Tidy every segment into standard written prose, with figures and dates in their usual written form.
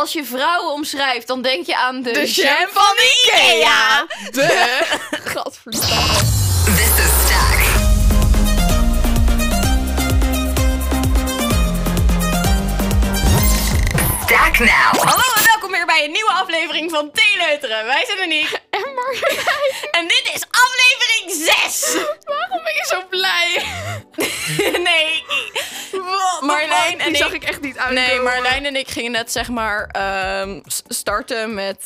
Als je vrouwen omschrijft, dan denk je aan de jam van Ikea. Gadverdamme. This is Stack. Stack Now. Hallo en welkom weer bij een nieuwe aflevering van Theeleuteren. Wij zijn Aniek. En Marjolein. En dit is aflevering 6. Waarom ben je zo blij? Nee. Marjolein en Die ik... zag ik echt niet aankomen. Nee, Marjolein en ik gingen net zeg maar starten met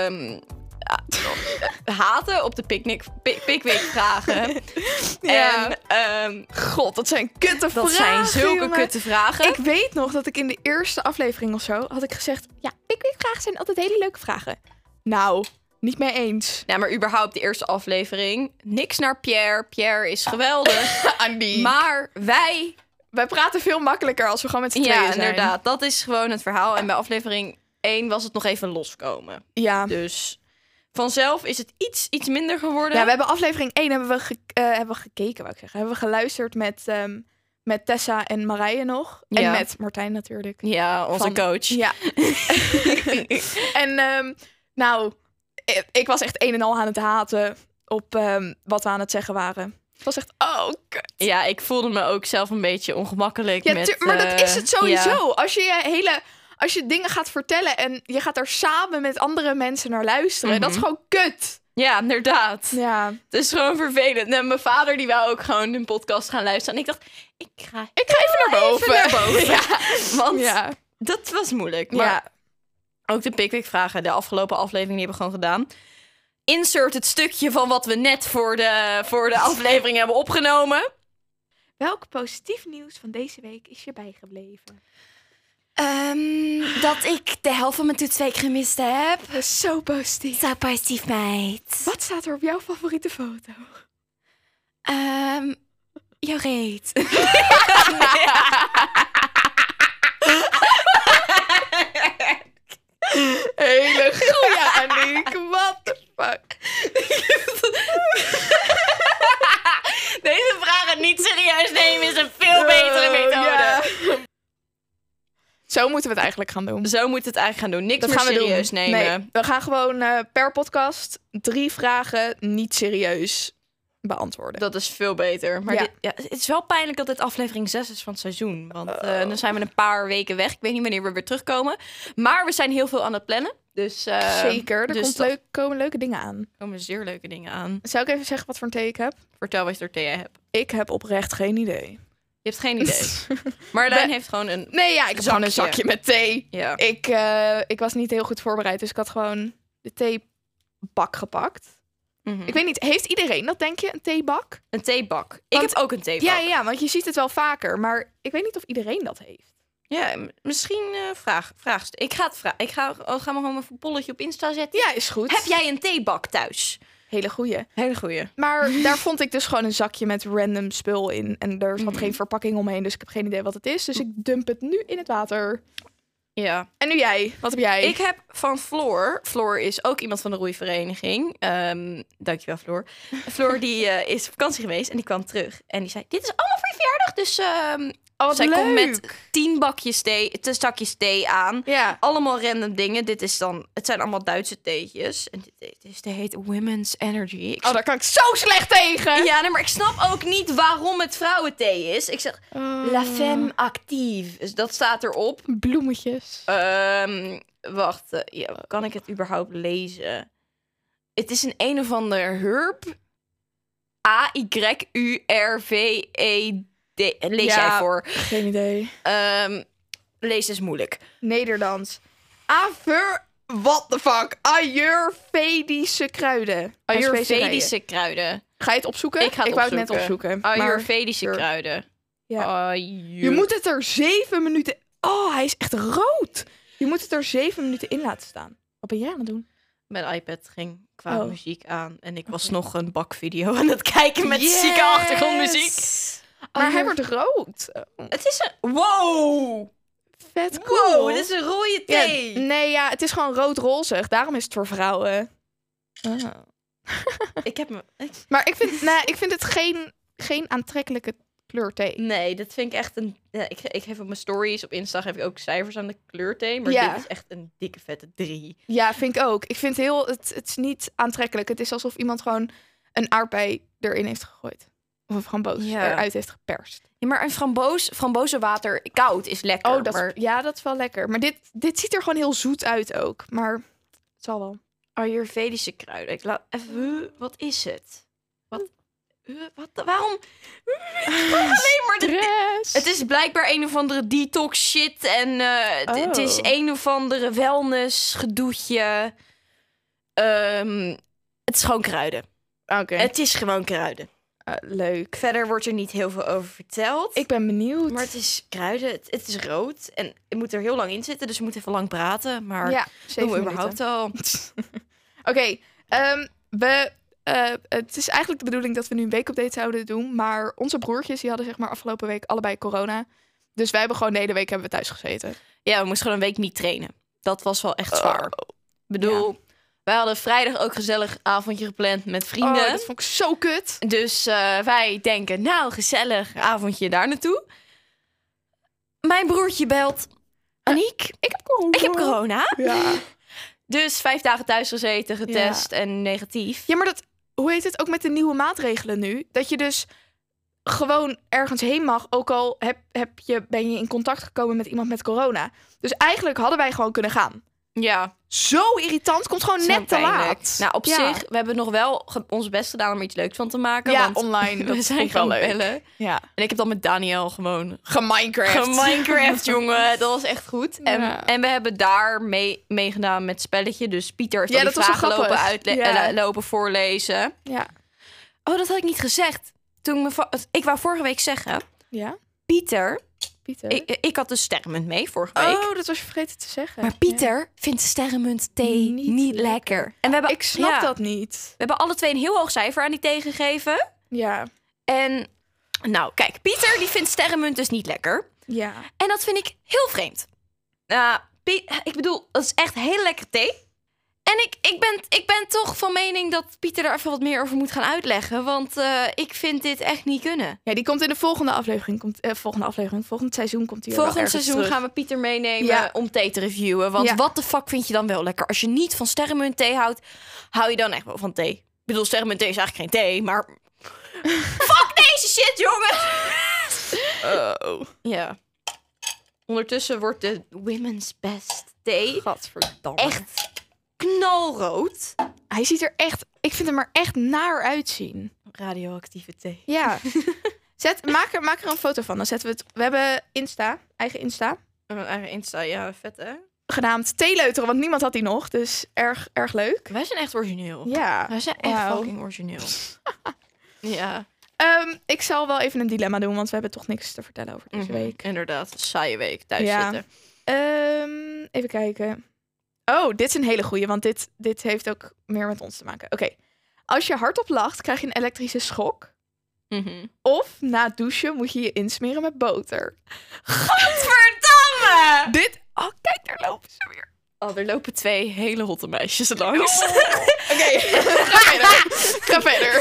haten op de Pickwick vragen. Ja. En God, dat zijn kutte vragen. dat zijn zulke jongen. kutte vragen. Ik weet nog dat ik in de eerste aflevering of zo had ik gezegd... Ja, Pickwick-vragen zijn altijd hele leuke vragen. Nou, niet mee eens. Ja, maar überhaupt de eerste aflevering. Niks naar Pierre. Pierre is geweldig. Andy. Maar wij... Wij praten veel makkelijker als we gewoon met z'n tweeën Ja, zijn. inderdaad. Dat is gewoon het verhaal. En bij aflevering 1 was het nog even loskomen. Ja. Dus vanzelf is het iets minder geworden. Ja, we hebben aflevering 1 hebben we gekeken, wou ik zeggen. Hebben we geluisterd met Tessa en Marije nog. En Ja. met Martijn natuurlijk. Ja, onze Van- coach. Ja. En nou, ik was echt een en al aan het haten op wat we aan het zeggen waren. Het was echt, oh, kut. Ja, ik voelde me ook zelf een beetje ongemakkelijk. Ja, met, maar dat is het sowieso. Ja. Als je dingen gaat vertellen en je gaat er samen met andere mensen naar luisteren, dat is gewoon kut. Ja, inderdaad. Ja. Het is gewoon vervelend. En mijn vader die wou ook gewoon een podcast gaan luisteren. En ik dacht, ik ga even naar boven. Ja, want Ja. dat was moeilijk. Maar Ja. ook de Pickwick-vragen, de afgelopen aflevering, die hebben we gewoon gedaan. Insert het stukje van wat we net voor de aflevering hebben opgenomen. Welk positief nieuws van deze week is je bijgebleven? Dat ik de helft van mijn toetsweek gemist heb. Dat is zo positief. Zo positief, meid. Wat staat er op jouw favoriete foto? Jouw reet. Hele goeie, Aniek. What the fuck? Deze vragen niet serieus nemen is een veel betere methode. Ja. Zo moeten we het eigenlijk gaan doen. Zo moet het eigenlijk gaan doen. Niks Dat meer gaan we serieus doen. nemen. Nee, we gaan gewoon per podcast 3 vragen niet serieus beantwoorden. Dat is veel beter. Maar Ja. het is wel pijnlijk dat dit aflevering 6 is van het seizoen. Want dan zijn we een paar weken weg. Ik weet niet wanneer we weer terugkomen. Maar we zijn heel veel aan het plannen. Dus, Zeker, er dus komen leuke dingen aan. Er komen zeer leuke dingen aan. Zou ik even zeggen wat voor een thee ik heb? Vertel wat je er tegen hebt. Ik heb oprecht geen idee. Je hebt geen idee. Marjolein heeft gewoon een... Nee, ja, ik heb gewoon een zakje met thee. Ja. Ik was niet heel goed voorbereid, dus ik had gewoon de theebak gepakt. Mhm. Ik weet niet, heeft iedereen dat, denk je, een theebak? Een theebak. Ik Want- heb ook een theebak. Ja, want je ziet het wel vaker, maar ik weet niet of iedereen dat heeft. Ja, misschien vraag. Ik ga me gewoon even een polletje op Insta zetten. Ja, is goed. Heb jij een theebak thuis? Hele goeie. Hele goeie. Maar daar vond ik dus gewoon een zakje met random spul in. En er zat geen verpakking omheen, dus ik heb geen idee wat het is. Dus ik dump het nu in het water. Ja. En nu jij. Wat heb jij? Ik heb van Floor. Floor is ook iemand van de roeivereniging. Dankjewel, Floor. Floor die is op vakantie geweest en die kwam terug. En die zei, dit is allemaal voor je verjaardag. Dus Oh, wat zij leuk. komt met 10 zakjes thee aan. Ja. Allemaal random dingen. Het zijn allemaal Duitse theetjes. En dit heet Women's Energy. Oh, daar kan ik zo slecht tegen. Ja, nee, maar ik snap ook niet waarom het vrouwenthee is. Ik zeg, Oh. La Femme Active. Dus dat staat erop. Bloemetjes. Wacht, kan ik het überhaupt lezen? Het is een of ander herb. AYURVED. Lees jij voor. Geen idee. Lees is moeilijk. Nederlands. What the fuck? Ayurvedische kruiden. Ayurvedische kruiden. Ga je het opzoeken? Ik ga het wou het net opzoeken. maar- Ayurvedische kruiden. Ja. Je moet het er 7 minuten... Oh, hij is echt rood. Je moet het er 7 minuten in laten staan. Wat ben jij aan het doen? Mijn iPad ging qua Oh. muziek aan. En ik was nog een bakvideo aan het kijken met zieke achtergrondmuziek. Maar hij wordt rood. Oh, Het is een... Wow! vet cool. Wow, dit is een rode Ja, thee. nee, ja, het is gewoon rood-rozig. Daarom is het voor vrouwen. Ik heb me... Maar ik vind het geen aantrekkelijke kleurthee. Nee, dat vind ik echt een... Ja, ik geef op mijn stories op Insta geef ik ook cijfers aan de kleurthee. Maar Ja. dit is echt een dikke vette 3. Ja, vind ik ook. Ik vind het is niet aantrekkelijk. Het is alsof iemand gewoon een aardbei erin heeft gegooid. Of een framboos eruit heeft geperst. Ja, maar een frambozenwater koud is lekker. Oh, dat is wel lekker. Maar dit ziet er gewoon heel zoet uit ook. Maar het zal wel. Ayurvedische kruiden. Ik laat even... Wat is het? Waarom? Alleen maar het is blijkbaar een of andere detox shit. En het is een of andere wellness gedoetje. Het is gewoon kruiden. Oké. Het is gewoon kruiden. Leuk. Verder wordt er niet heel veel over verteld. Ik ben benieuwd. Maar het is kruiden. Het is rood. En het moet er heel lang in zitten. Dus we moeten even lang praten. Maar ja, doen we überhaupt al. Oké. Het is eigenlijk de bedoeling dat we nu een weekupdate zouden doen. Maar onze broertjes die hadden zeg maar afgelopen week allebei corona. Dus wij hebben gewoon de hele week hebben we thuis gezeten. Ja, we moesten gewoon een week niet trainen. Dat was wel echt zwaar. Ik bedoel, wij hadden vrijdag ook gezellig avondje gepland met vrienden. Dat vond ik zo kut. Dus wij denken, nou gezellig avondje daar naartoe. Mijn broertje belt. Aniek, ik heb corona. Ja. Dus 5 dagen thuis gezeten, getest en negatief. Ja, maar hoe heet het ook met de nieuwe maatregelen nu? Dat je dus gewoon ergens heen mag, ook al ben je in contact gekomen met iemand met corona. Dus eigenlijk hadden wij gewoon kunnen gaan. Ja. Zo irritant, komt gewoon net te laat. Nou, op zich, we hebben nog wel ons best gedaan om er iets leuks van te maken. Ja, want online. we zijn gaan bellen. Ja. En ik heb dan met Daniel gewoon Geminecraft, jongen. Dat was echt goed. En we hebben daar meegedaan met spelletje. Dus Pieter heeft al die vragen lopen voorlezen. Ja. Oh, dat had ik niet gezegd. Ik wou vorige week zeggen. Ja? Pieter. Ik had de sterrenmunt mee vorige week. Oh, dat was je vergeten te zeggen. Maar Pieter vindt sterrenmunt thee niet lekker. En ik snap dat niet. We hebben alle twee een heel hoog cijfer aan die thee gegeven. Ja. En nou, kijk, Pieter die vindt sterrenmunt dus niet lekker. Ja. En dat vind ik heel vreemd. Ik bedoel, het is echt heel lekker thee. En ik ben toch van mening dat Pieter daar even wat meer over moet gaan uitleggen. Want ik vind dit echt niet kunnen. Ja, die komt in de volgende aflevering. Volgend seizoen komt hij Volgend seizoen terug. Gaan we Pieter meenemen om thee te reviewen. Want wat de fuck vind je dan wel lekker? Als je niet van sterrenmunt thee houdt, hou je dan echt wel van thee. Ik bedoel, sterrenmunt thee is eigenlijk geen thee, maar... Fuck deze shit, jongen! Ja. Ondertussen wordt de Women's Best thee Gadverdamme. echt knalrood. Hij ziet er echt... Ik vind hem er echt naar uitzien. Radioactieve thee. Ja. Maak er een foto van. Dan zetten we het... We hebben eigen Insta. Mijn eigen Insta, ja, vet hè? Genaamd Theeleuteren, want niemand had die nog. Dus erg leuk. Wij zijn echt origineel. Ja. Wij zijn echt fucking origineel. Ja. Ik zal wel even een dilemma doen, want we hebben toch niks te vertellen over deze week. Inderdaad, saaie week. Thuis zitten. Even kijken. Oh, dit is een hele goeie, want dit heeft ook meer met ons te maken. Oké. Als je hardop lacht, krijg je een elektrische schok. Of na het douchen moet je je insmeren met boter. Godverdamme! Oh, kijk, daar lopen ze weer. Oh, er lopen 2 hele hotte meisjes langs. Oké, ga verder.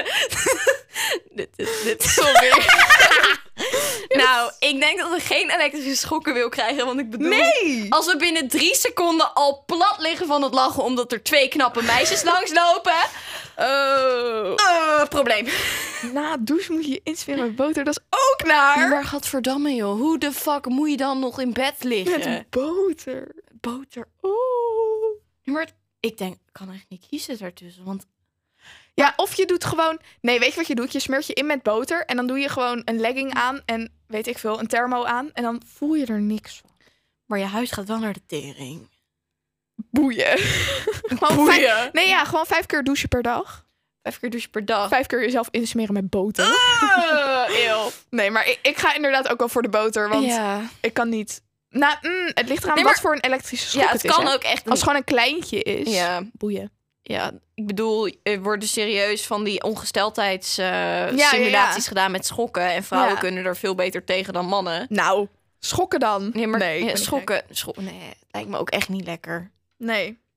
Dit. Sorry. Nou, ik denk dat we geen elektrische schokken wil krijgen. Want ik bedoel, als we binnen 3 seconden al plat liggen van het lachen... omdat er 2 knappe meisjes langslopen... probleem. Na het douchen moet je je insmeren met boter. Dat is ook naar. Maar gadverdamme joh. Hoe de fuck moet je dan nog in bed liggen? Met boter. Boter. Oeh. Maar ik denk, ik kan echt niet kiezen daartussen. Want... Ja, of je doet gewoon... Nee, weet je wat je doet? Je smeert je in met boter. En dan doe je gewoon een legging aan. En weet ik veel, een thermo aan. En dan voel je er niks van. Maar je huis gaat wel naar de tering. Boeien. Boeien? Gewoon 5 keer douchen per dag. 5 keer douchen per dag. 5 keer jezelf insmeren met boter. Eeuw. Nee, maar ik ga inderdaad ook wel voor de boter. Want ik kan niet... Nou, het ligt eraan wat voor een elektrische schok het is. Ja, het kan ook echt... Als het gewoon een kleintje is. Ja. Boeien. Ja, ik bedoel, er worden serieus van die ongesteldheidssimulaties gedaan met schokken. En vrouwen kunnen er veel beter tegen dan mannen. Nou, schokken dan? Nee, maar schokken... Nee, lijkt me ook echt niet lekker. Nee.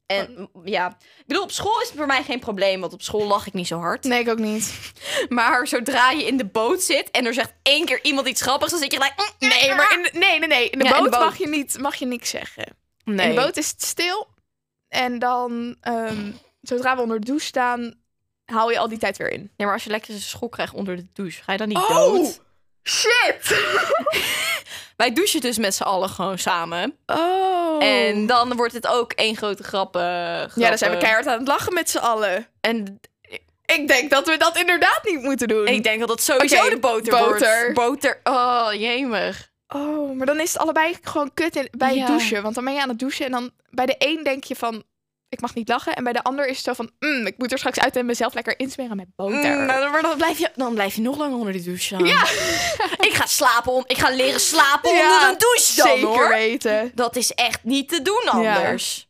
En ja, ik bedoel, op school is het voor mij geen probleem, want op school lach ik niet zo hard. Nee, ik ook niet. Maar zodra je in de boot zit en er zegt 1 keer iemand iets grappigs, dan zit je gelijk... Nee, maar in de boot mag je niks zeggen. Nee. In de boot is het stil. En dan, zodra we onder de douche staan, haal je al die tijd weer in. Ja, maar als je lekker een schok krijgt onder de douche, ga je dan niet dood? Shit! Wij douchen dus met z'n allen gewoon samen. Oh. En dan wordt het ook 1 grote grap. Ja, dan zijn we keihard aan het lachen met z'n allen. En ik denk dat we dat inderdaad niet moeten doen. ik denk dat dat sowieso de boter wordt. Boter. Oh, jemig. Oh, maar dan is het allebei gewoon kut bij het douchen. Want dan ben je aan het douchen en dan bij de een denk je van... ik mag niet lachen. En bij de ander is het zo van... ik moet er straks uit en mezelf lekker insmeren met boter. Maar dan blijf je nog langer onder de douche staan. Ja. Ik ga leren slapen onder een douche dan, zeker hoor. Weten. Dat is echt niet te doen anders.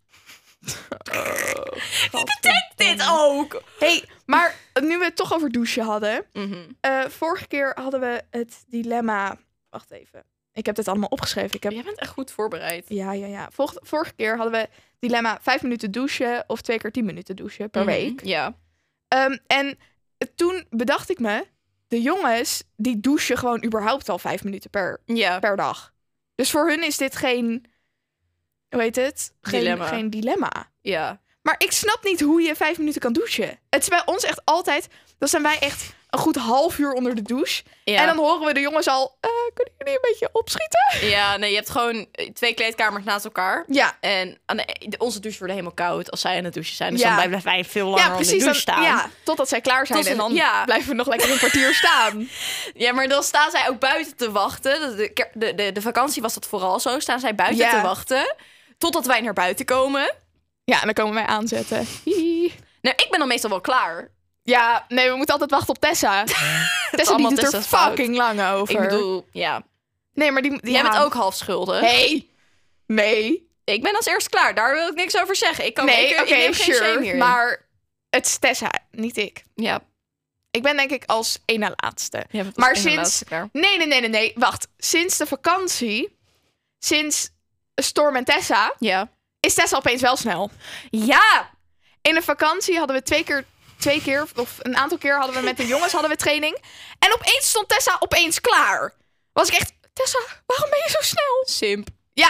Wie bedenkt dit ook? Hey, maar nu we het toch over douchen hadden. Vorige keer hadden we het dilemma... Wacht even. Ik heb dit allemaal opgeschreven. Jij bent echt goed voorbereid. Ja. Vorige keer hadden we dilemma 5 minuten douchen of 2 keer 10 minuten douchen per week. Ja. En toen bedacht ik me, de jongens die douchen gewoon überhaupt al 5 minuten per dag. Dus voor hun is dit geen, hoe heet het? Geen dilemma. Ja. Maar ik snap niet hoe je 5 minuten kan douchen. Het is bij ons echt altijd, dan zijn wij echt een goed half uur onder de douche. Ja. En dan horen we de jongens al, kunnen jullie een beetje opschieten? Ja, nee, je hebt gewoon 2 kleedkamers naast elkaar. Ja. En onze douches worden helemaal koud als zij aan het douchen zijn. Dus dan blijven wij veel langer onder de douche staan. Ja, totdat zij klaar zijn. En dan blijven we nog lekker een kwartier staan. Ja, maar dan staan zij ook buiten te wachten. De vakantie was dat vooral zo. Staan zij buiten te wachten. Totdat wij naar buiten komen. Ja, en dan komen wij aanzetten. Nou, ik ben dan meestal wel klaar. Ja, nee, we moeten altijd wachten op Tessa. Tessa die doet er fucking lang over. Ik bedoel, ja. Nee, maar jij bent ook half schuldig. Nee. Ik ben als eerst klaar. Daar wil ik niks over zeggen. Ik neem geen shame hierin. Maar het is Tessa, niet ik. Ja. Ik ben denk ik als één na laatste. Maar sinds... Nee. Wacht. Sinds de vakantie, sinds Storm en Tessa, is Tessa opeens wel snel. Ja. In de vakantie hadden we 2 keer, of een aantal keer hadden we met de jongens training. En opeens stond Tessa klaar. Was ik echt, Tessa, waarom ben je zo snel? Simp.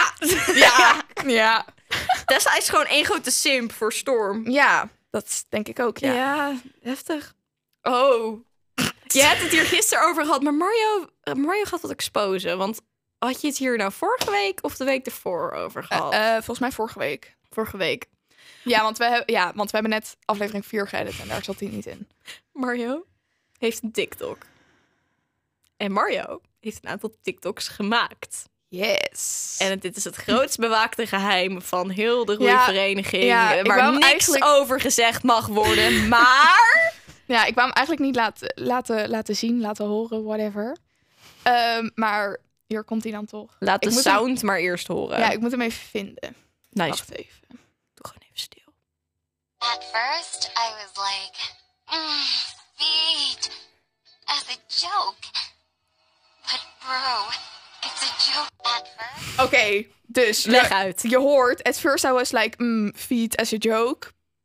Ja. Tessa is gewoon 1 grote simp voor Storm. Ja, dat denk ik ook, ja. Heftig. Oh. Je hebt het hier gisteren over gehad, maar Mario gaat wat exposen. Want had je het hier nou vorige week of de week ervoor over gehad? Volgens mij vorige week. Vorige week. Ja, want we hebben net aflevering 4 geëdit en daar zat hij niet in. Mario heeft een TikTok. En Mario heeft een aantal TikToks gemaakt. Yes. En dit is het grootst bewaakte geheim van heel de roeivereniging. Waar niks over gezegd mag worden. Maar... Ja, ik wou hem eigenlijk niet laten zien, laten horen, whatever. Maar hier komt hij dan toch. Laat de sound maar eerst horen. Ja, ik moet hem even vinden. Nice. Wacht even. Doe gewoon even stil. At first, I was like, feet, as a joke. But bro, it's a joke at first. Oké, dus leg uit. Je hoort, at first I was like, feet as a joke.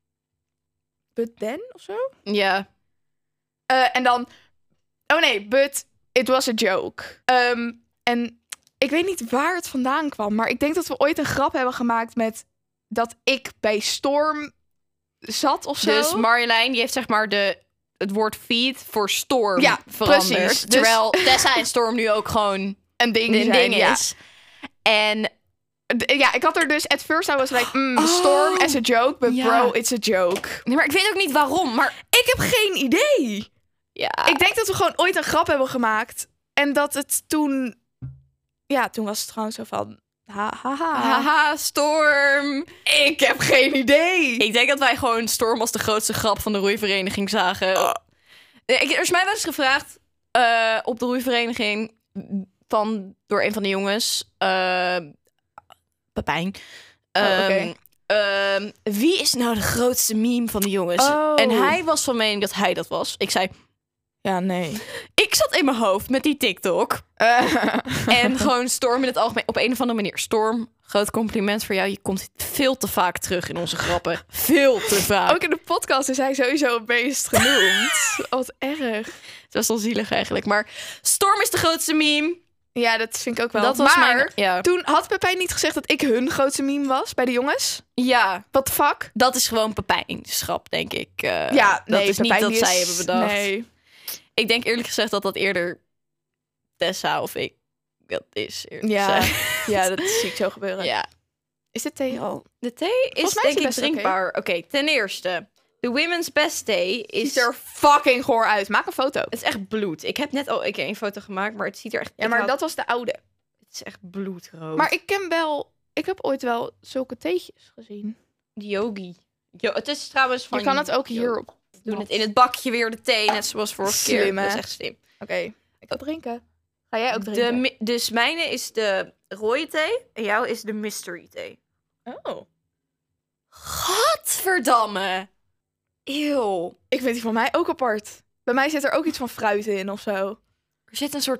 But then, of zo? Ja. En dan, oh nee, but it was a joke. En ik weet niet waar het vandaan kwam, maar ik denk dat we ooit een grap hebben gemaakt met dat ik bij Storm zat of zo. Dus Marjolein, die heeft zeg maar het woord feed voor Storm veranderd. Precies. Terwijl Tessa en Storm nu ook gewoon een ding is. En ja, ik had er dus at first I was like, Storm as a joke, but bro, it's a joke. Nee, maar ik weet ook niet waarom, maar ik heb geen idee. Ja. Ik denk dat we gewoon ooit een grap hebben gemaakt en dat het toen, toen was het gewoon zo van, haha, Storm. Ik heb geen idee. Ik denk dat wij gewoon Storm als de grootste grap van de roeivereniging zagen. Er is mij wel eens gevraagd op de roeivereniging door een van de jongens, Pepijn. Wie is nou de grootste meme van de jongens? En hij was van mening dat hij dat was. Ik zei, Ja, nee. Ik zat in mijn hoofd met die TikTok. En gewoon Storm in het algemeen. Op een of andere manier. Storm, groot compliment voor jou. Je komt veel te vaak terug in onze grappen. Veel te vaak. Ook in de podcast is hij sowieso het meest genoemd. Wat erg. Het was wel zielig eigenlijk. Maar Storm is de grootste meme. Ja, dat vind ik ook wel. Dat was maar ja. Toen had Pepijn niet gezegd dat ik hun grootste meme was bij de jongens. Ja. What the fuck? Dat is gewoon Pepijn's grap, denk ik. Ja, dat nee, is Pepijn niet dat zij hebben bedacht. Nee. Ik denk eerlijk gezegd dat dat eerder Tessa of ik dat is. Ja, ja, dat zie ik zo gebeuren. Ja. Is de thee al? De thee is mij denk is ik het best drinkbaar. Oké, ten eerste. De Women's Best Day is... Ziet er fucking goor uit. Maak een foto. Het is echt bloed. Ik heb net al een foto gemaakt, maar het ziet er echt... Ja, maar dat was de oude. Het is echt bloedrood. Maar ik heb ooit wel zulke theetjes gezien. Die Yogi. Het is trouwens van... Je kan het ook hierop doen. Het in het bakje weer de thee, net zoals vorige keer. Slim, hè? Dat is echt slim. Oké, ik ga drinken. Ga jij ook drinken? Dus mijne is de rode thee en jou is de mystery thee. Oh. Gadverdamme. Eeuw. Ik vind die van mij ook apart. Bij mij zit er ook iets van fruit in of zo. Er zit een soort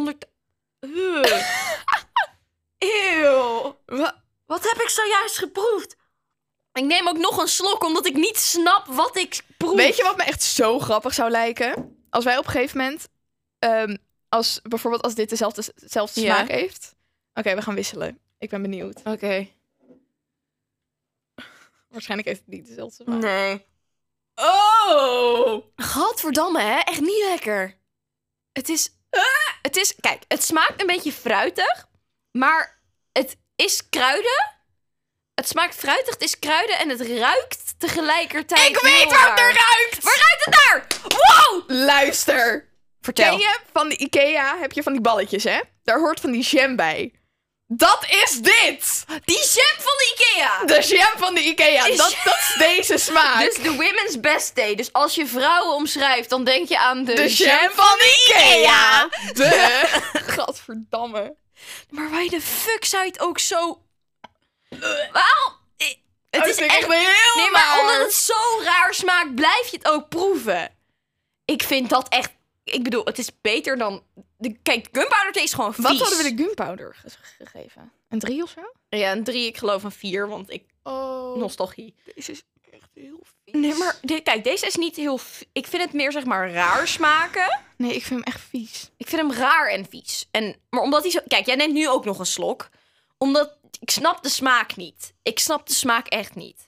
Eeuw. Wat heb ik zojuist geproefd? Ik neem ook nog een slok, omdat ik niet snap wat ik proef. Weet je wat me echt zo grappig zou lijken? Als wij op een gegeven moment... bijvoorbeeld als dit dezelfde smaak heeft. Oké, we gaan wisselen. Ik ben benieuwd. Oké. Waarschijnlijk heeft het niet dezelfde smaak. Nee. Oh! Gadverdamme, hè? Echt niet lekker. Het is... Kijk, het smaakt een beetje fruitig. Maar het is kruiden. Het smaakt fruitig, het is kruiden en het ruikt tegelijkertijd. Ik weet waar het naar ruikt! Waar ruikt het naar? Wow! Luister. Vertel. Ken je van de Ikea, heb je van die balletjes, hè? Daar hoort van die jam bij. Dat is dit! Die jam van de Ikea! De jam van de Ikea, dat is deze smaak. Dus de Women's Best Day. Dus als je vrouwen omschrijft, dan denk je aan de jam van de Ikea! Gadverdamme. Maar waar de fuck zou je het ook zo... Waarom? Het is echt heel Nee, maar omdat het zo raar smaakt, blijf je het ook proeven. Ik vind dat echt... Ik bedoel, het is beter dan... Kijk, gunpowder thee is gewoon vies. Wat hadden we de gunpowder gegeven? Een 3 of zo? Ja, een 3, ik geloof een 4, want ik... Oh. Nostalgie. Deze is echt heel vies. Nee, maar kijk, deze is niet heel... Ik vind het meer, zeg maar, raar smaken. Nee, ik vind hem echt vies. Ik vind hem raar en vies. Maar omdat hij zo... Kijk, jij neemt nu ook nog een slok. Omdat... Ik snap de smaak niet. Ik snap de smaak echt niet.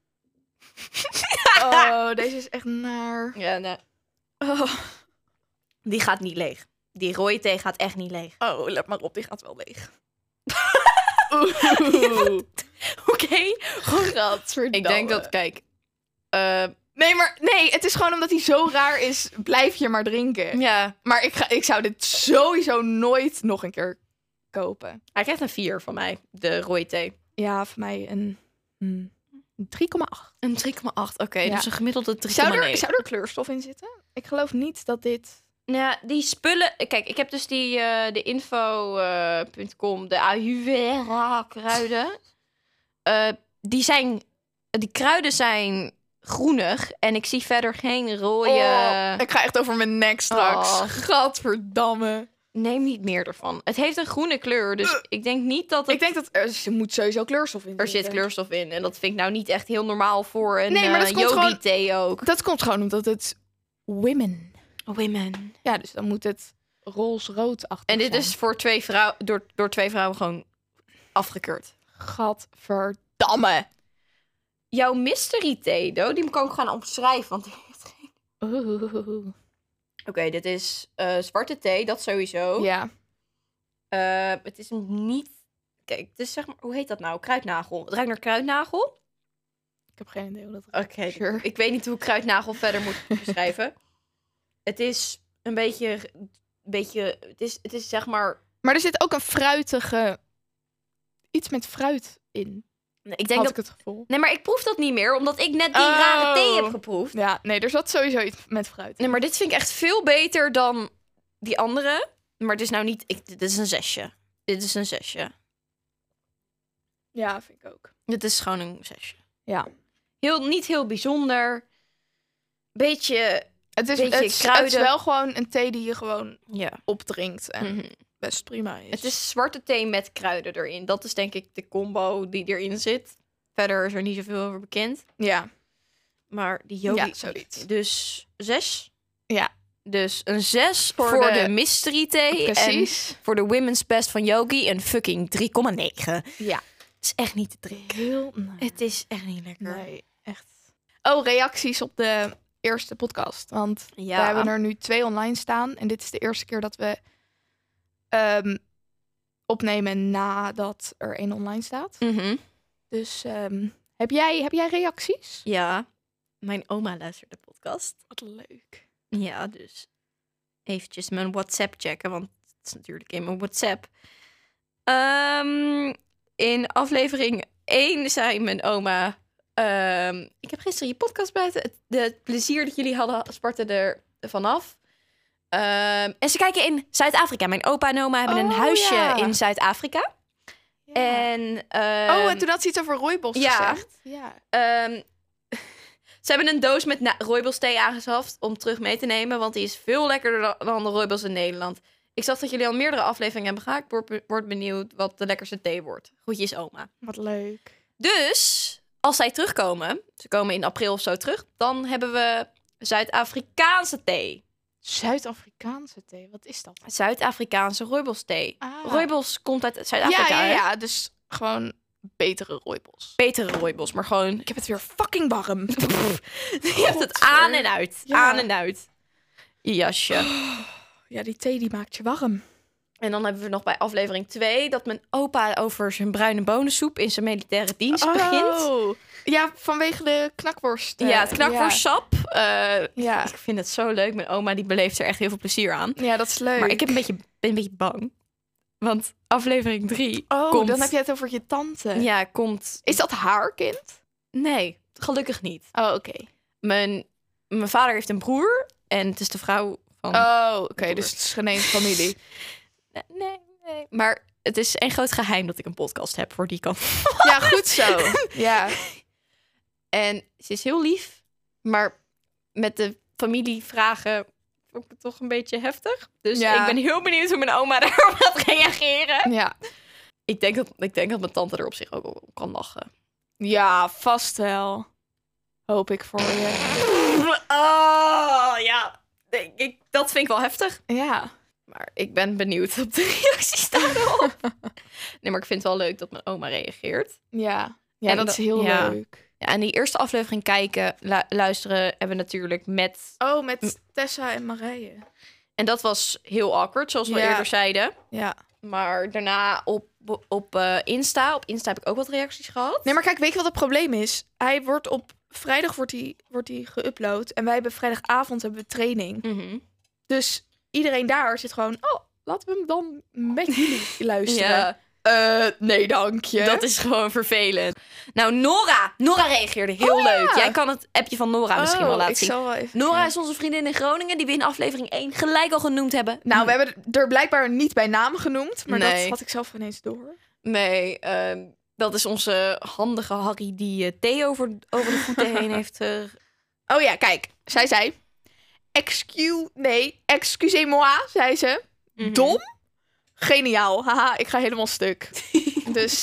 Oh, deze is echt naar. Ja, nee. Oh. Die gaat niet leeg. Die rode thee gaat echt niet leeg. Oh, let maar op, die gaat wel leeg. Oké. Gewoon ik denk dat, kijk... Nee, het is gewoon omdat hij zo raar is, blijf je maar drinken. Ja. Maar ik zou dit sowieso nooit nog een keer kopen. Hij krijgt een 4 van mij, de rode thee. Ja, voor mij een 3,8. Een 3,8, oké. Ja. Dus een gemiddelde 3,9. Zou er kleurstof in zitten? Ik geloof niet dat dit... Ja, die spullen... Kijk, ik heb dus de info.com, de Ayurveda-kruiden. Die kruiden zijn groenig en ik zie verder geen rode... Oh, ik ga echt over mijn nek straks. Oh. Gadverdamme. Neem niet meer ervan. Het heeft een groene kleur, dus ik denk niet dat het... Ik denk dat er moet sowieso kleurstof in Er zit kleurstof in en dat vind ik nou niet echt heel normaal voor een yogi-thee ook. Dat komt gewoon omdat het women. Ja, dus dan moet het roze-rood achter. En dit is voor door 2 vrouwen gewoon afgekeurd. Gadverdamme. Jouw mystery thee, die kan ik gewoon omschrijven, want die heeft geen... Oké, dit is zwarte thee, dat sowieso. Ja. Het is niet... Kijk, het is zeg maar... Hoe heet dat nou? Kruidnagel. Het ruikt naar kruidnagel. Ik heb geen idee hoe dat ruikt. Oké, Sure. Ik weet niet hoe kruidnagel verder moet beschrijven. Het is een beetje... Het is zeg maar... Maar er zit ook een fruitige... Iets met fruit in. Nee, ik denk ik het gevoel. Nee, maar ik proef dat niet meer, omdat ik net die rare thee heb geproefd. Ja, nee, er zat sowieso iets met fruit. Nee, maar dit vind ik echt veel beter dan die andere. Maar het is nou niet... Dit is een 6. Dit is een 6. Ja, vind ik ook. Dit is gewoon een 6. Ja. Niet heel bijzonder. Beetje... Het is wel gewoon een thee die je gewoon opdrinkt. En best prima is. Het is zwarte thee met kruiden erin. Dat is denk ik de combo die erin zit. Verder is er niet zoveel over bekend. Ja. Maar die yogi... Ja, zoiets. Dus 6. Ja. Dus een 6 voor de mystery thee. Precies. En voor de women's best van Yogi een fucking 3,9. Ja. Het is echt niet te drinken. Het is echt niet lekker. Nee, echt. Oh, reacties op de eerste podcast. Want we hebben er nu 2 online staan. En dit is de eerste keer dat we opnemen nadat er 1 online staat. Dus heb jij reacties? Ja. Mijn oma luistert de podcast. Wat leuk. Ja, dus eventjes mijn WhatsApp checken, want het is natuurlijk in mijn WhatsApp. In aflevering 1 zei mijn oma... ik heb gisteren je podcast buiten. Het plezier dat jullie hadden spartte er vanaf. En ze kijken in Zuid-Afrika. Mijn opa en oma hebben een huisje in Zuid-Afrika. Ja. En toen had ze iets over rooibos gezegd. Ja. Ze hebben een doos met rooibos thee aangeschaft om terug mee te nemen, want die is veel lekkerder dan de rooibos in Nederland. Ik zag dat jullie al meerdere afleveringen hebben gemaakt. Ik word benieuwd wat de lekkerste thee wordt. Groetjes, oma. Wat leuk. Dus, als zij terugkomen, ze komen in april of zo terug, dan hebben we Zuid-Afrikaanse thee. Zuid-Afrikaanse thee? Wat is dat? Zuid-Afrikaanse rooibos thee. Rooibos komt uit Zuid-Afrika. Ja, dus gewoon betere rooibos. Betere rooibos, maar gewoon... Ik heb het weer fucking warm. Je hebt het aan en uit. Ja. Aan en uit. Je jasje. Ja, die thee die maakt je warm. En dan hebben we nog bij aflevering 2... dat mijn opa over zijn bruine bonensoep in zijn militaire dienst begint. Ja, vanwege de knakworst. Ja, het knakworstsap. Ik vind het zo leuk. Mijn oma die beleeft er echt heel veel plezier aan. Ja, dat is leuk. Maar ik ben een beetje bang. Want aflevering 3 komt... dan heb je het over je tante. Ja, komt... Is dat haar kind? Nee, gelukkig niet. Oh, oké. Mijn vader heeft een broer en het is de vrouw van... Oh, oké. Dus het is geen eens familie. Nee. Maar het is een groot geheim dat ik een podcast heb voor die kant. Ja, goed zo. Ja. En ze is heel lief, maar met de familievragen vond ik het toch een beetje heftig. Dus ik ben heel benieuwd hoe mijn oma daarop gaat reageren. Ja. Ik denk dat mijn tante er op zich ook op kan lachen. Ja, vast wel. Hoop ik voor je. Oh, ja. Dat vind ik wel heftig. Ja. Maar ik ben benieuwd op de reacties daarop. Nee, maar ik vind het wel leuk dat mijn oma reageert. Ja, en dat is heel leuk. Ja, en die eerste aflevering kijken, luisteren hebben we natuurlijk met... Oh, met Tessa en Marije. En dat was heel awkward, zoals we eerder zeiden. Ja. Maar daarna op Insta. Op Insta heb ik ook wat reacties gehad. Nee, maar kijk, weet je wat het probleem is? Hij wordt op vrijdag wordt hij geüpload. En wij hebben vrijdagavond we training. Dus iedereen daar zit gewoon... Oh, laten we hem dan met jullie luisteren. Ja. Nee, dank je. Dat is gewoon vervelend. Nou, Nora reageerde heel leuk. Jij kan het appje van Nora misschien wel laten zien. Zal wel even Nora is onze vriendin in Groningen, die we in aflevering 1 gelijk al genoemd hebben. Nou, we hebben er blijkbaar niet bij naam genoemd, maar dat had ik zelf ineens door. Nee, dat is onze handige Harry die thee over de voeten heen heeft. Oh ja, kijk. Zij zei... Excusez-moi, zei ze. Dom? Geniaal. Haha, ik ga helemaal stuk. Dus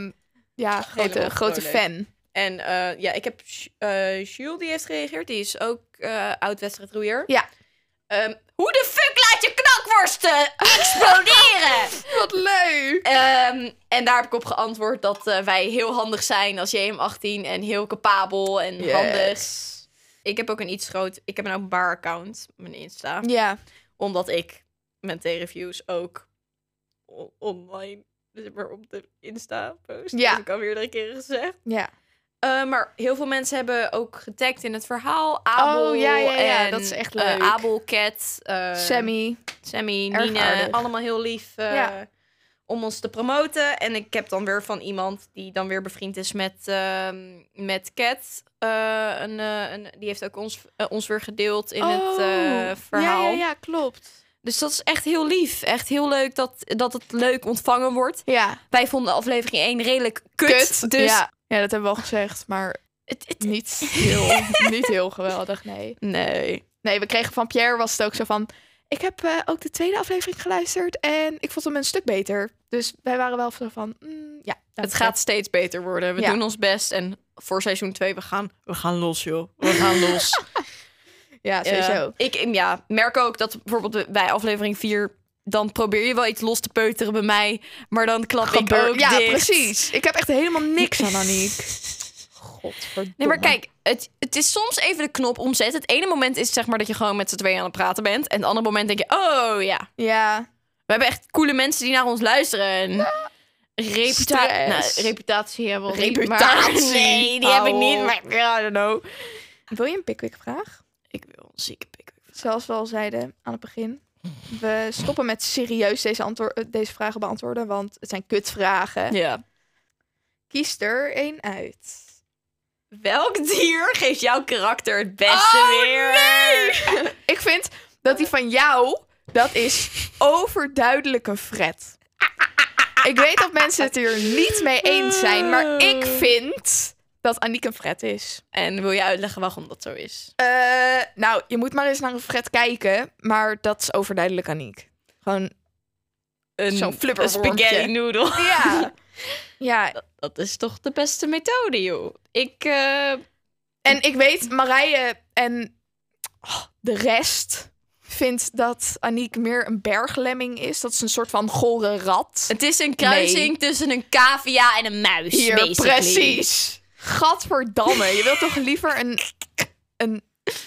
grote fan. En ik heb Jules, die heeft gereageerd. Die is ook oud-wedstrijdroeier. Ja. Hoe de fuck laat je knakworsten exploderen? Wat leuk. En daar heb ik op geantwoord dat wij heel handig zijn als JM18 en heel capabel en handig. Ik heb ook ik heb een openbaar account, mijn Insta. Ja. Omdat ik mijn T-reviews ook online, dus maar op de Insta post. Ja. Dat heb ik al meerdere keren gezegd. Ja. Maar heel veel mensen hebben ook getagd in het verhaal. Abel en dat is echt leuk. Abel, Cat, Sammy, Nina, allemaal heel lief om ons te promoten. En ik heb dan weer van iemand die dan weer bevriend is met Cat. Die heeft ook ons weer gedeeld in het verhaal. Ja, klopt. Dus dat is echt heel lief. Echt heel leuk dat het leuk ontvangen wordt. Ja. Wij vonden aflevering 1 redelijk kut. Dus ja, dat hebben we al gezegd. Maar niet heel geweldig, nee. Nee. Nee, we kregen van Pierre was het ook zo van... Ik heb ook de tweede aflevering geluisterd en ik vond hem een stuk beter. Dus wij waren wel zo van... ja, het gaat steeds beter worden. We doen ons best. En voor seizoen 2, we gaan los, joh. We gaan los. Ja, sowieso. Ik merk ook dat bijvoorbeeld bij aflevering 4... dan probeer je wel iets los te peuteren bij mij. Maar dan klap ik ook Ja, dicht. Precies. Ik heb echt helemaal niks aan Aniek. Godverdomme. Nee, maar kijk, het is soms even de knop omzetten. Het ene moment is zeg maar dat je gewoon met z'n tweeën aan het praten bent. En het andere moment denk je, oh ja. Ja. We hebben echt coole mensen die naar ons luisteren. En reputatie hebben we niet. Maar, nee, die heb ik niet. Maar I don't know. Wil je een Pickwick-vraag? Ik wil een zieke Pickwick. Zoals we al zeiden aan het begin. We stoppen met serieus deze vragen beantwoorden. Want het zijn kutvragen. Ja. Kies er één uit. Welk dier geeft jouw karakter het beste weer? Nee! Ik vind dat die van jou, dat is overduidelijk een Fred. Ik weet dat mensen het hier niet mee eens zijn, maar ik vind dat Aniek een Fred is. En wil je uitleggen waarom dat zo is? Nou, je moet maar eens naar een Fred kijken, maar dat is overduidelijk Aniek. Gewoon zo'n flubberwormpje. Een spaghetti noodle. Ja. Ja. Dat is toch de beste methode, joh. En ik weet, Marije en de rest vindt dat Aniek meer een berglemming is. Dat is een soort van gore rat. Het is een kruising tussen een cavia en een muis, hier, basically. Precies. Gadverdamme. Je wilt toch liever een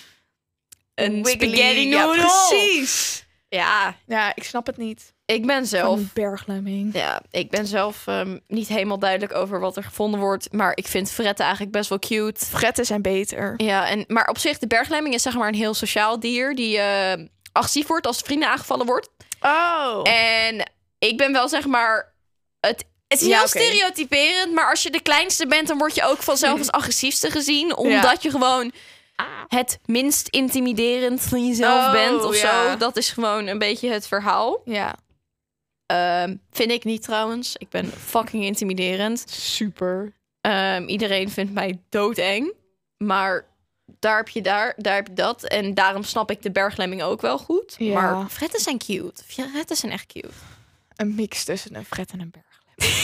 spaghetti noodle? Ja, precies. Ja, ik snap het niet. Ik ben zelf... Een berglemming. Ja, ik ben zelf niet helemaal duidelijk over wat er gevonden wordt. Maar ik vind fretten eigenlijk best wel cute. Fretten zijn beter. Ja, maar op zich, de berglemming is zeg maar een heel sociaal dier die agressief wordt als vrienden aangevallen wordt. Oh. En ik ben wel zeg maar... Het is heel stereotyperend, maar als je de kleinste bent, dan word je ook vanzelf als agressiefste gezien. Omdat je gewoon het minst intimiderend van jezelf bent of zo. Dat is gewoon een beetje het verhaal. Ja. Vind ik niet trouwens. Ik ben fucking intimiderend. Super. Iedereen vindt mij doodeng. Maar daar heb je dat. En daarom snap ik de berglemming ook wel goed. Ja. Maar fretten zijn cute. Fretten zijn echt cute. Een mix tussen een fret en een berglemming.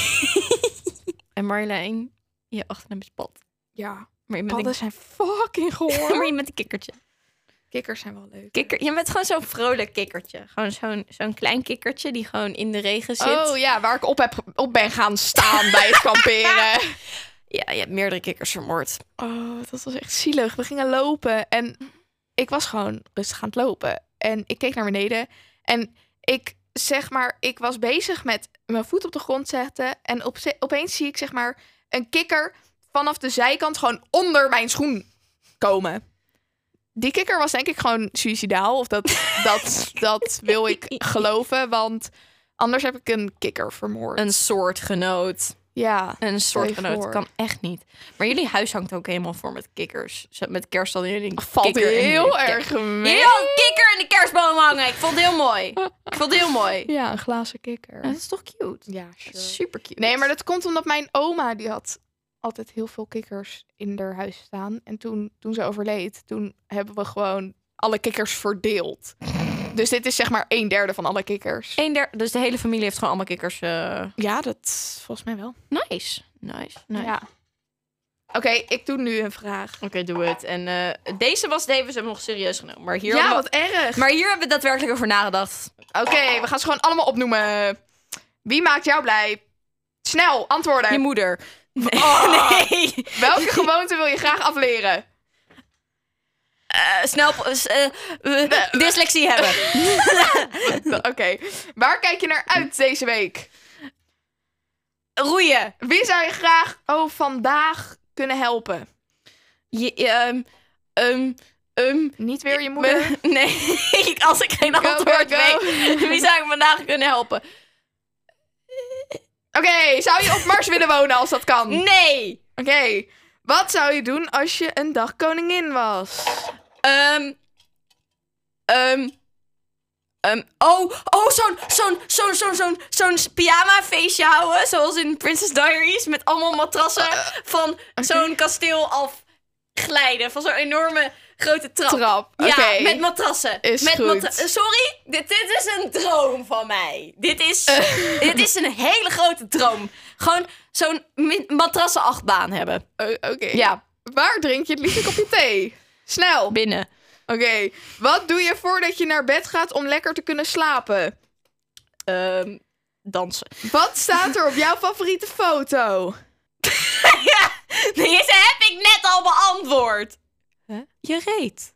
En Marjolein, je achternaam is Pat. Ja. Maar padden zijn fucking goor. Maar je met een kikkertje. Kikkers zijn wel leuk. Je bent gewoon zo'n vrolijk kikkertje. Gewoon zo'n klein kikkertje die gewoon in de regen zit. Oh ja, waar ik op ben gaan staan bij het kamperen. Ja, je hebt meerdere kikkers vermoord. Oh, dat was echt zielig. We gingen lopen en ik was gewoon rustig aan het lopen. En ik keek naar beneden en ik was bezig met mijn voet op de grond zetten. En opeens zie ik zeg maar een kikker vanaf de zijkant gewoon onder mijn schoen komen. Die kikker was denk ik gewoon suïcidaal. Of dat wil ik geloven. Want anders heb ik een kikker vermoord. Een soortgenoot. Ja. Een soortgenoot kan echt niet. Maar jullie huis hangt ook helemaal voor met kikkers. Met kerst al in valt heel erg mee. Hier had een kikker in de kerstboom hangen. Ik vond het heel mooi. Ja, een glazen kikker. Dat is toch cute? Ja, sure. Super cute. Nee, maar dat komt omdat mijn oma die had altijd heel veel kikkers in haar huis staan. En toen ze overleed, toen hebben we gewoon alle kikkers verdeeld. Dus dit is zeg maar 1/3 van alle kikkers. 1/3, dus de hele familie heeft gewoon allemaal kikkers. Ja, dat volgens mij wel. Nice. Ja. Oké, ik doe nu een vraag. Oké, doe het. En deze was even nog serieus genomen. Maar hier ja, wat erg. Maar hier hebben we daadwerkelijk over nagedacht. Oké, we gaan ze gewoon allemaal opnoemen. Wie maakt jou blij? Snel, antwoorden. Je moeder. Nee. Welke gewoonte wil je graag afleren? Dyslexie hebben. Oké. Waar kijk je naar uit deze week? Roeien. Wie zou je graag vandaag kunnen helpen? Niet weer je moeder? Nee, als ik geen antwoord weet. Wie zou ik vandaag kunnen helpen? Oké, zou je op Mars willen wonen als dat kan? Nee. Oké. Wat zou je doen als je een dag koningin was? Zo'n pyjama feestje houden, zoals in Princess Diaries, met allemaal matrassen van zo'n kasteel glijden van zo'n enorme grote trap. Ja, okay. Met matrassen. Is goed. Sorry, dit is een droom van mij. Dit is een hele grote droom. Gewoon zo'n matrassen-achtbaan hebben. Oké. Ja. Waar drink je het liefst een kopje thee? Snel. Binnen. Oké. Wat doe je voordat je naar bed gaat om lekker te kunnen slapen? Dansen. Wat staat er op jouw favoriete foto? Ja, deze heb ik net al beantwoord. Huh? Je reet.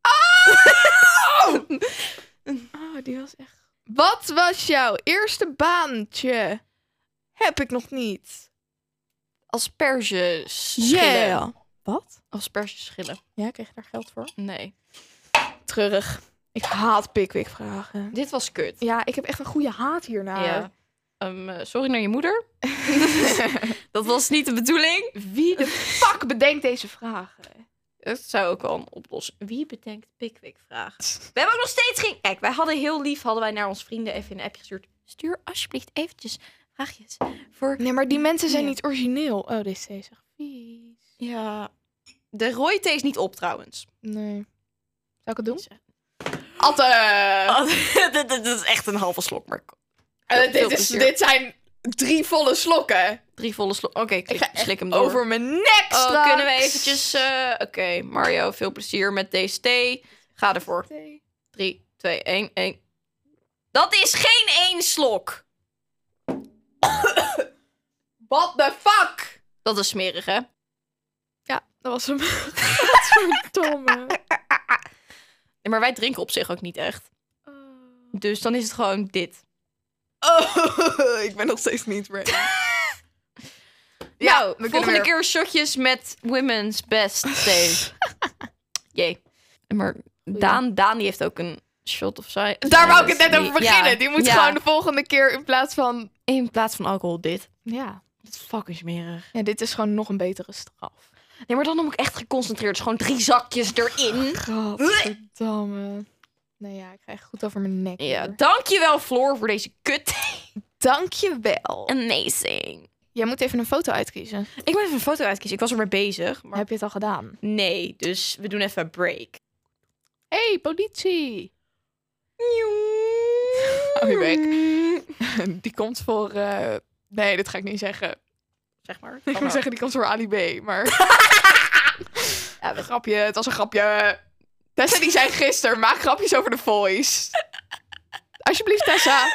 Oh, die was echt... Wat was jouw eerste baantje? Heb ik nog niet. Aspergeschillen. Yeah. Wat? Aspergeschillen. Ja, kreeg je daar geld voor? Nee. Treurig. Ik haat Pickwick-vragen. Dit was kut. Ja, ik heb echt een goede haat hiernaar. Ja. Sorry naar je moeder. Dat was niet de bedoeling. Wie de fuck bedenkt deze vragen? Dat zou ook wel een oplossing. Wie bedenkt Pickwick-vragen? We hebben ook nog steeds geen... Kijk, wij hadden heel lief, naar onze vrienden even een appje gestuurd. Stuur alsjeblieft eventjes vraagjes voor... Nee, maar die mensen zijn niet origineel. Oh, deze thee is echt vies. Ja. De rode thee is niet op, trouwens. Nee. Zou ik het doen? Atte! Dit is echt een halve slok, maar... Dit zijn 3 volle slokken. 3 volle slokken. Oké, slik hem door. Over mijn nek straks. Kunnen we eventjes... Oké, Mario, veel plezier met deze thee. Ga ervoor. 3, 2, 1, 1. Dat is geen 1 slok. What the fuck? Dat is smerig, hè? Ja, dat was hem. Godverdomme. Nee, maar wij drinken op zich ook niet echt. Dus dan is het gewoon dit. Oh, ik ben nog steeds niet ready. Ja, nou, volgende keer shotjes met Women's Best Day. Jee. Maar Daan die heeft ook een shot of zo. Daar wou ik het net over beginnen. Die moet gewoon de volgende keer in plaats van alcohol dit. Ja. Dat is fucking smerig. Ja, dit is gewoon nog een betere straf. Nee, maar dan moet ik echt geconcentreerd. Dus gewoon 3 zakjes erin. Godverdamme. Nee, ja, ik krijg goed over mijn nek. Ja, dankjewel Floor voor deze kut. Dankjewel. Amazing. Jij moet even een foto uitkiezen. Ik moet even een foto uitkiezen. Ik was ermee bezig. Maar... Heb je het al gedaan? Nee, dus we doen even een break. Hey, politie. Hou je weg. Die komt voor... Nee, dat ga ik niet zeggen. Zeg maar. Ik moet zeggen, die komt voor Ali B. Maar... ja, een grapje. Het was een grapje. Tessa die zei gisteren, maak grapjes over de Voice. Alsjeblieft, Tessa.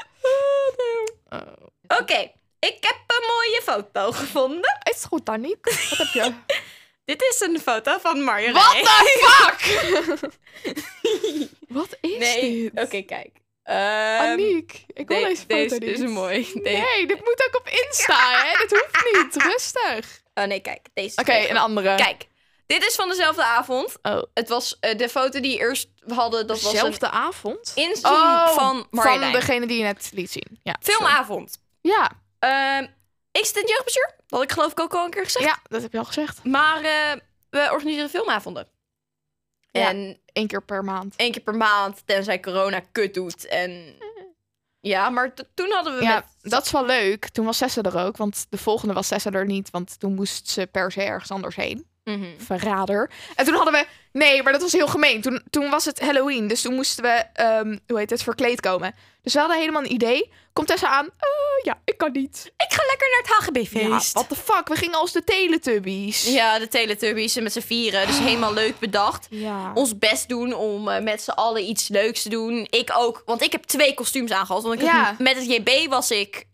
Oké, ik heb een mooie foto gevonden. Is het goed, Aniek? Wat heb je? Dit is een foto van Marjolein. What the fuck? Wat is dit? Oké, kijk. Aniek, ik wil deze foto niet. Deze is mooi. Nee, dit moet ook op Insta, hè? Dit hoeft niet. Rustig. Oh nee, kijk. Deze. Oké, een andere. Kijk. Dit is van dezelfde avond. Oh. Het was de foto die eerst hadden. Dat dezelfde was avond? Inzien van Marjolein. Van degene die je net liet zien. Ja, filmavond. Ja. Ik zit in het jeugdbestuur. Dat had ik geloof ik ook al een keer gezegd. Ja, dat heb je al gezegd. Maar we organiseren filmavonden. Ja, en 1 keer per maand. 1 keer per maand, tenzij corona kut doet. En ja, maar toen hadden we... Ja, dat is wel leuk. Toen was Tessa er ook, want de volgende was Tessa er niet. Want toen moest ze per se ergens anders heen. Verrader. En toen hadden we... Nee, maar dat was heel gemeen. Toen was het Halloween, dus toen moesten we, verkleed komen. Dus we hadden helemaal een idee. Komt Tessa aan? Ja, ik kan niet. Ik ga lekker naar het HGB-feest. Ja, what the fuck? We gingen als de Teletubbies. Ja, de Teletubbies met z'n 4. Dus helemaal leuk bedacht. Ja. Ons best doen om met z'n allen iets leuks te doen. Ik ook, want ik heb 2 kostuums aangehad. Want ik heb, met het JB was ik...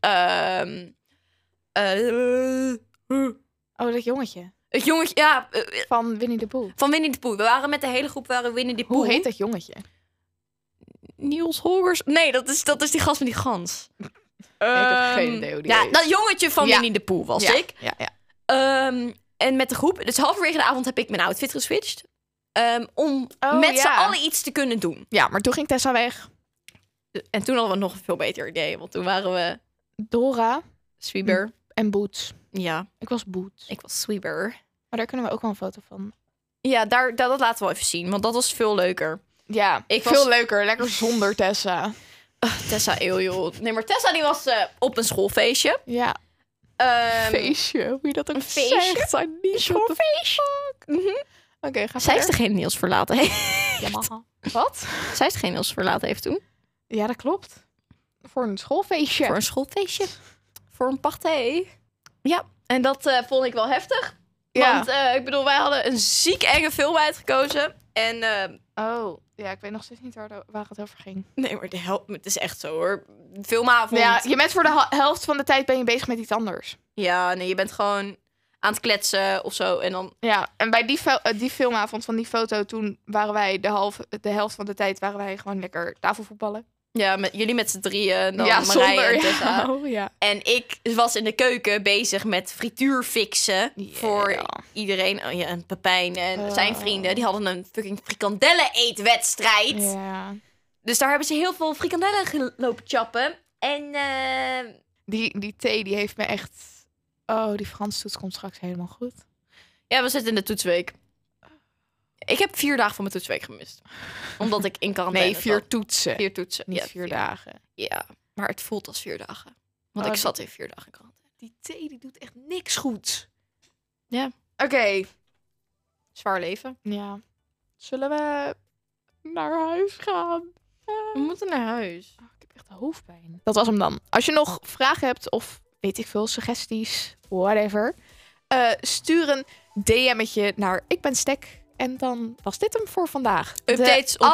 dat jongetje. Het jongetje, ja. Van Winnie de Pooh. Van Winnie de Pooh. We waren met de hele groep Winnie de Pooh. Hoe heet dat jongetje? Niels Holgers. Nee, dat is die gast met die gans. Ik heb geen idee hoe die heet. Dat jongetje van Winnie de Pooh was ik. Ja. En met de groep. Dus halverwege de avond heb ik mijn outfit geswitcht. Om met z'n allen iets te kunnen doen. Ja, maar toen ging Tessa weg. En toen hadden we nog een veel beter idee. Want toen waren we... Dora. Sweeber. En Boots. Ja. Ik was Boots. Ik was Sweeber. Maar daar kunnen we ook wel een foto van. Ja, dat laten we wel even zien. Want dat was veel leuker. Ja, veel leuker. Lekker zonder Tessa. Tessa, joh. Nee, maar Tessa die was op een schoolfeestje. Ja. Feestje, hoe je dat ook een feestje. zegt. Een schoolfeestje. Oké, ga Zij is verder. degene die ons verlaten heeft. Ja, wat? Zij is degene die ons verlaten heeft toen. Ja, dat klopt. Voor een schoolfeestje. Voor een schoolfeestje. Voor een partij. Ja, en dat vond ik wel heftig. Ja. Want ik bedoel, wij hadden een ziek enge film uitgekozen. En Oh, ja, ik weet nog steeds niet waar het over ging. nee, maar het is echt zo hoor. Filmavond. Ja, je bent voor de helft van de tijd ben je bezig met iets anders. Ja, nee, je bent gewoon aan het kletsen of zo. En dan... Ja, en bij die filmavond van die foto, toen waren wij de helft van de tijd waren wij gewoon lekker tafelvoetballen. Ja, jullie met z'n drieën. Dan ja, Marije en zonder. Tessa. Ja. Oh, ja. En ik was in de keuken bezig met frituur fixen voor iedereen. Oh ja, en Pepijn en zijn vrienden. Die hadden een fucking frikandellen-eetwedstrijd. Ja. Dus daar hebben ze heel veel frikandellen gelopen chappen. En Die thee, die heeft me echt... Oh, die Frans toets komt straks helemaal goed. ja, we zitten in de toetsweek. Ik heb 4 dagen van mijn toetsweek gemist. Omdat ik in quarantaine Nee, 4 zat. toetsen. 4 toetsen. Niet Ja, 4 dagen. Ja, maar het voelt als 4 dagen. Want Oh, ik zat in 4 dagen in quarantaine. Die thee, die doet echt niks goed. Ja. Oké. Zwaar leven. Ja. Zullen we naar huis gaan? We moeten naar huis. Oh, ik heb echt hoofdpijn. Dat was hem dan. Als je nog vragen hebt of weet ik veel, suggesties, whatever. Stuur een DM'tje naar Ik Ben Stek. En dan was dit hem voor vandaag. Updates de op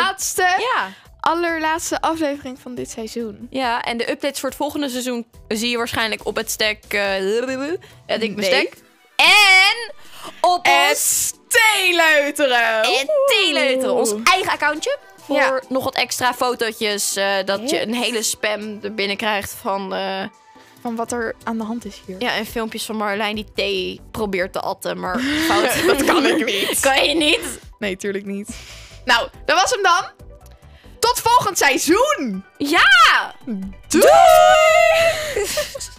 allerlaatste aflevering van dit seizoen. Ja, en de updates voor het volgende seizoen zie je waarschijnlijk op het Stek. Het Ik Ben Stek. En op ons Theeleuteren. en Theeleuteren, ons eigen accountje. Voor Ja. nog wat extra fotootjes. Dat je een hele spam er binnen krijgt van... Van wat er aan de hand is hier. ja, en filmpjes van Marjolein die thee probeert te atten, maar fout. Dat kan ik niet. Kan je niet? Nee, tuurlijk niet. Nou, dat was hem dan. Tot volgend seizoen. Ja! Doei!